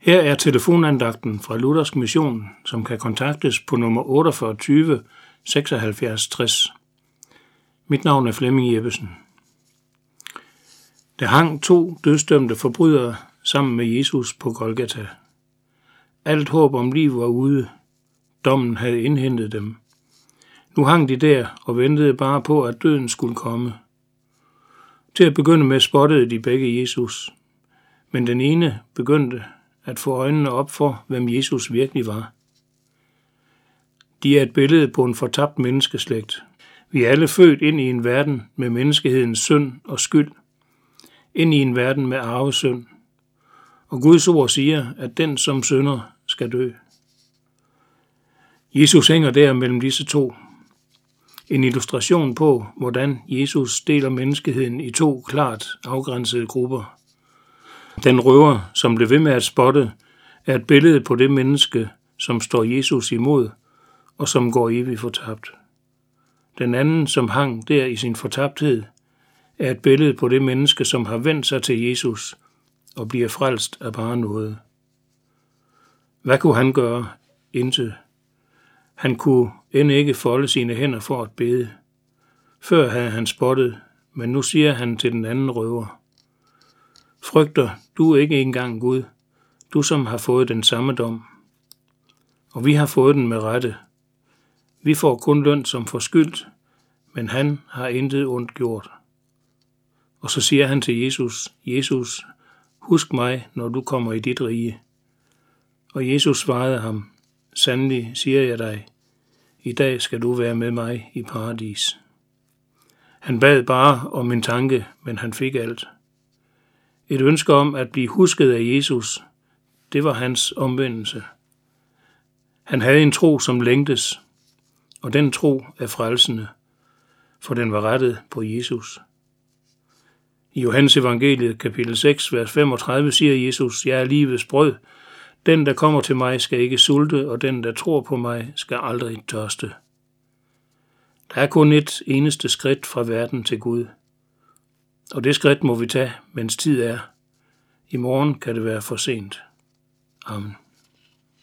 Her er telefonandagten fra Luthersk Mission, som kan kontaktes på nummer 48 20 76 60. Mit navn er Flemming Jeppesen. Der hang 2 dødsdømte forbrydere sammen med Jesus på Golgata. Alt håb om liv var ude. Dommen havde indhentet dem. Nu hang de der og ventede bare på, at døden skulle komme. Til at begynde med spottede de begge Jesus, men den ene begyndte at få øjnene op for, hvem Jesus virkelig var. De er et billede på en fortabt menneskeslægt. Vi er alle født ind i en verden med menneskehedens synd og skyld, ind i en verden med arvesynd. Og Guds ord siger, at den som synder skal dø. Jesus hænger der mellem disse to. En illustration på, hvordan Jesus deler menneskeheden i 2 klart afgrænsede grupper. Den røver, som blev ved med at spotte, er et billede på det menneske, som står Jesus imod, og som går evigt fortabt. Den anden, som hang der i sin fortabthed, er et billede på det menneske, som har vendt sig til Jesus og bliver frelst af bare noget. Hvad kunne han gøre? Intet. Han kunne end ikke folde sine hænder for at bede. Før havde han spottet, men nu siger han til den anden røver: frygter du ikke engang Gud, du som har fået den samme dom? Og vi har fået den med rette. Vi får kun løn som forskyldt, men han har intet ondt gjort. Og så siger han til Jesus: Jesus, husk mig, når du kommer i dit rige. Og Jesus svarede ham: sandelig siger jeg dig, i dag skal du være med mig i paradis. Han bad bare om en tanke, men han fik alt. Et ønske om at blive husket af Jesus, det var hans omvendelse. Han havde en tro, som længtes, og den tro er frelsende, for den var rettet på Jesus. I Johannes evangeliet kapitel 6, vers 35 siger Jesus: jeg er livets brød. Den, der kommer til mig, skal ikke sulte, og den, der tror på mig, skal aldrig tørste. Der er kun et eneste skridt fra verden til Gud. Og det skridt må vi tage, mens tid er. I morgen kan det være for sent. Amen.